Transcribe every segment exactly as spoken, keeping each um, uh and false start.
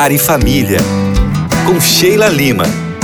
Lar e Família, com Sheila Lima.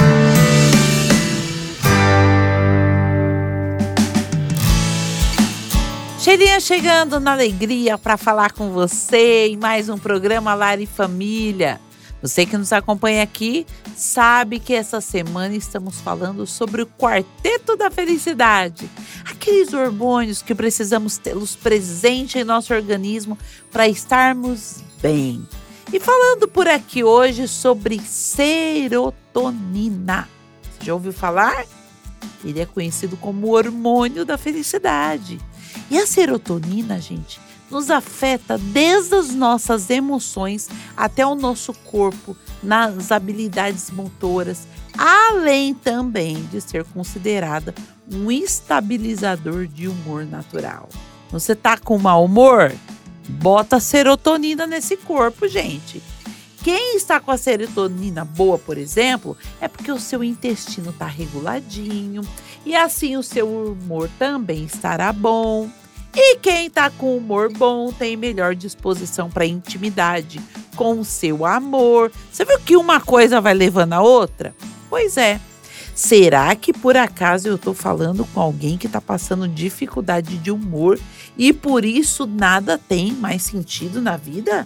Sheilinha chegando na alegria para falar com você em mais um programa Lar e Família. Você que nos acompanha aqui sabe que essa semana estamos falando sobre o Quarteto da Felicidade. Aqueles hormônios que precisamos tê-los presentes em nosso organismo para estarmos bem. E falando por aqui hoje sobre serotonina. Você já ouviu falar? Ele é conhecido como o hormônio da felicidade. E a serotonina, gente, nos afeta desde as nossas emoções até o nosso corpo, nas habilidades motoras, além também de ser considerada um estabilizador de humor natural. Você tá com mau humor? Bota serotonina nesse corpo, gente. Quem está com a serotonina boa, por exemplo, é porque o seu intestino está reguladinho e assim o seu humor também estará bom. E quem está com humor bom tem melhor disposição para intimidade com o seu amor. Você viu que uma coisa vai levando a outra? Pois é. Será que por acaso eu estou falando com alguém que está passando dificuldade de humor e por isso nada tem mais sentido na vida?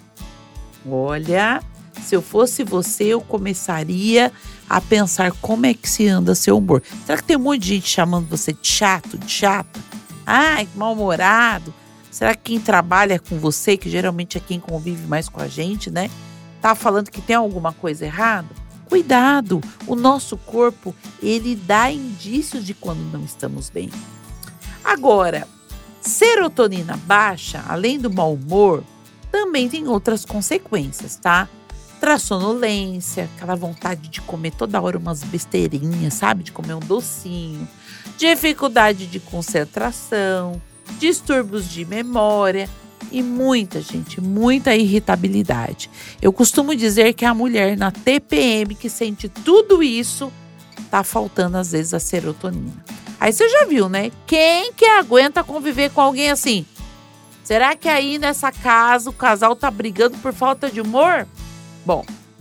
Olha, se eu fosse você, eu começaria a pensar como é que se anda seu humor. Será que tem um monte de gente chamando você de chato, de chata? Ai, mal-humorado. Será que quem trabalha com você, que geralmente é quem convive mais com a gente, né? Tá falando que tem alguma coisa errada? Cuidado, o nosso corpo, ele dá indícios de quando não estamos bem. Agora, serotonina baixa, além do mau humor, também tem outras consequências, tá? Traz sonolência, aquela vontade de comer toda hora umas besteirinhas, sabe? De comer um docinho. Dificuldade de concentração, distúrbios de memória e muita, gente, muita irritabilidade. Eu costumo dizer que a mulher na T P M que sente tudo isso, tá faltando às vezes a serotonina. Aí você já viu, né? Quem que aguenta conviver com alguém assim? Será que aí nessa casa o casal tá brigando por falta de humor? Bom,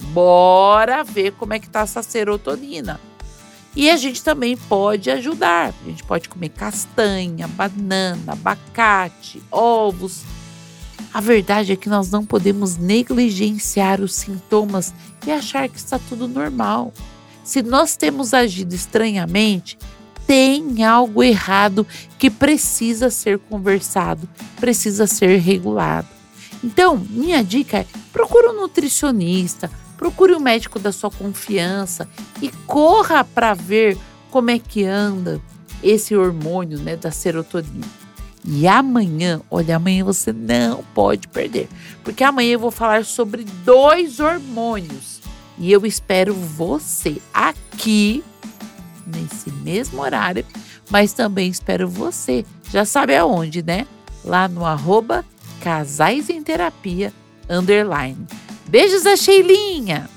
bora ver como é que tá essa serotonina. E a gente também pode ajudar. A gente pode comer castanha, banana, abacate, ovos. A verdade é que nós não podemos negligenciar os sintomas e achar que está tudo normal. Se nós temos agido estranhamente, tem algo errado que precisa ser conversado, precisa ser regulado. Então, minha dica é: procure um nutricionista, procure um médico da sua confiança e corra para ver como é que anda esse hormônio, né, da serotonina. E amanhã, olha, amanhã você não pode perder, porque amanhã eu vou falar sobre dois hormônios e eu espero você aqui nesse mesmo horário, mas também espero você, já sabe aonde, né? Lá no arroba Casais em Terapia, underline. Beijos da Sheilinha!